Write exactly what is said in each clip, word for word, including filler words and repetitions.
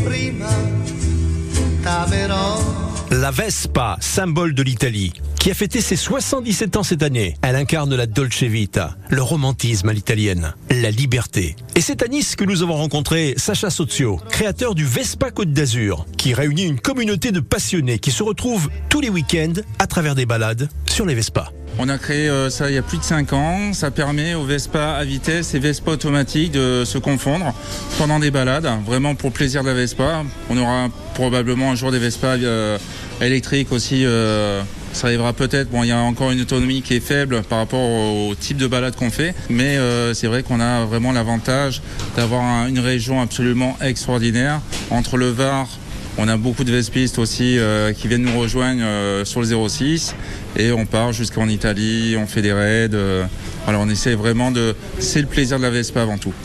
prima t'amerò. La Vespa, symbole de l'Italie, qui a fêté ses soixante-dix-sept ans cette année. Elle incarne la Dolce Vita, le romantisme à l'italienne, la liberté. Et c'est à Nice que nous avons rencontré Sacha Sozio, créateur du Vespa Côte d'Azur, qui réunit une communauté de passionnés qui se retrouvent tous les week-ends à travers des balades sur les Vespas. On a créé euh, ça il y a plus de cinq ans. Ça permet aux Vespa à vitesse et Vespa automatiques de se confondre pendant des balades, vraiment pour le plaisir de la Vespa. On aura probablement un jour des Vespa euh, électriques aussi. Euh, ça arrivera peut-être. Bon, il y a encore une autonomie qui est faible par rapport au type de balade qu'on fait, mais euh, c'est vrai qu'on a vraiment l'avantage d'avoir un, une région absolument extraordinaire entre le Var. On a beaucoup de Vespistes aussi euh, qui viennent nous rejoindre euh, sur le zéro six et on part jusqu'en Italie, on fait des raids. Euh, voilà, on essaie vraiment de... C'est le plaisir de la Vespa avant tout.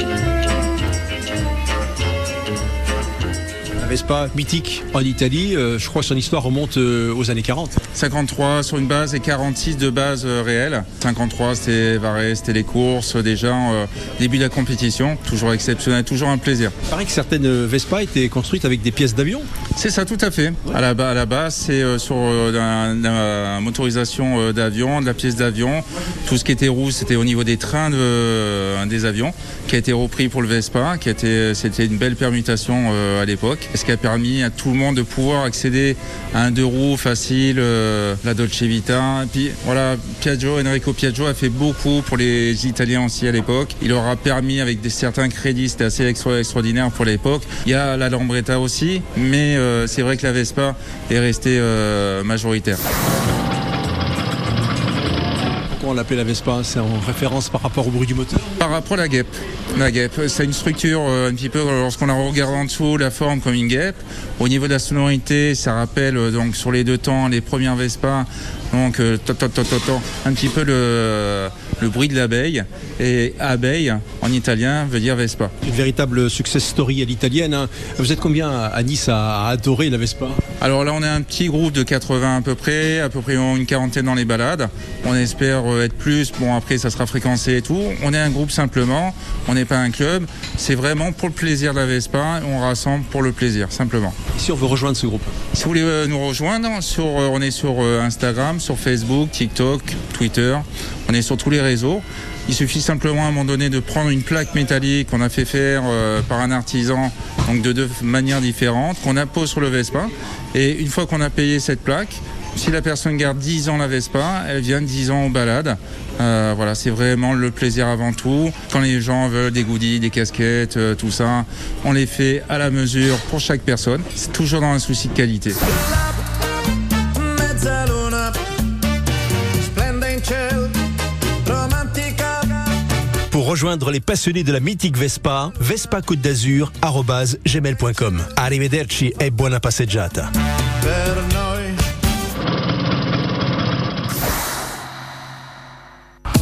Vespa mythique en Italie, euh, je crois que son histoire remonte euh, aux années quarante. cinquante-trois sur une base et quarante-six de base euh, réelle. cinquante-trois c'était Varese, c'était les courses déjà, euh, début de la compétition, toujours exceptionnel, toujours un plaisir. Il paraît que certaines Vespa étaient construites avec des pièces d'avion. C'est ça, tout à fait. Ouais. À, la, à la base, c'est euh, sur euh, la, la motorisation euh, d'avion, de la pièce d'avion. Tout ce qui était rouge, c'était au niveau des trains de, euh, des avions, qui a été repris pour le Vespa, qui a été, c'était une belle permutation euh, à l'époque. Ce qui a permis à tout le monde de pouvoir accéder à un deux roues facile, euh, la Dolce Vita. Et puis voilà, Piaggio, Enrico Piaggio a fait beaucoup pour les Italiens aussi à l'époque. Il leur a permis avec des, certains crédits, c'était assez extra, extraordinaire pour l'époque. Il y a la Lambretta aussi, mais euh, c'est vrai que la Vespa est restée euh, majoritaire. On l'appelait la Vespa, c'est en référence par rapport au bruit du moteur. Par rapport à la guêpe. La guêpe, c'est une structure euh, un petit peu, lorsqu'on la regarde en dessous, la forme comme une guêpe. Au niveau de la sonorité, ça rappelle euh, donc sur les deux temps, les premières Vespa, donc euh, to, to, to, to, to, un petit peu le, le bruit de l'abeille. Et abeille, en italien, veut dire Vespa. Une véritable success story à l'italienne. Hein. Vous êtes combien à Nice à, à adorer la Vespa ? Alors là, on est un petit groupe de quatre-vingts à peu près, à peu près une quarantaine dans les balades. On espère être plus, bon après ça sera fréquencé et tout. On est un groupe simplement, on n'est pas un club. C'est vraiment pour le plaisir de la Vespa, on rassemble pour le plaisir, simplement. Et si on veut rejoindre ce groupe ? Si vous voulez euh, nous rejoindre, sur, euh, on est sur euh, Instagram, sur Facebook, TikTok, Twitter, on est sur tous les réseaux. Il suffit simplement à un moment donné de prendre une plaque métallique qu'on a fait faire euh, par un artisan, donc de deux manières différentes, qu'on appose sur le Vespa. Et une fois qu'on a payé cette plaque, si la personne garde dix ans la Vespa, elle vient dix ans aux balades. Euh, voilà, c'est vraiment le plaisir avant tout. Quand les gens veulent des goodies, des casquettes, euh, tout ça, on les fait à la mesure pour chaque personne. C'est toujours dans un souci de qualité. Pour rejoindre les passionnés de la mythique Vespa, vespa côte d'azur arobase gmail point com. Arrivederci e buona passeggiata.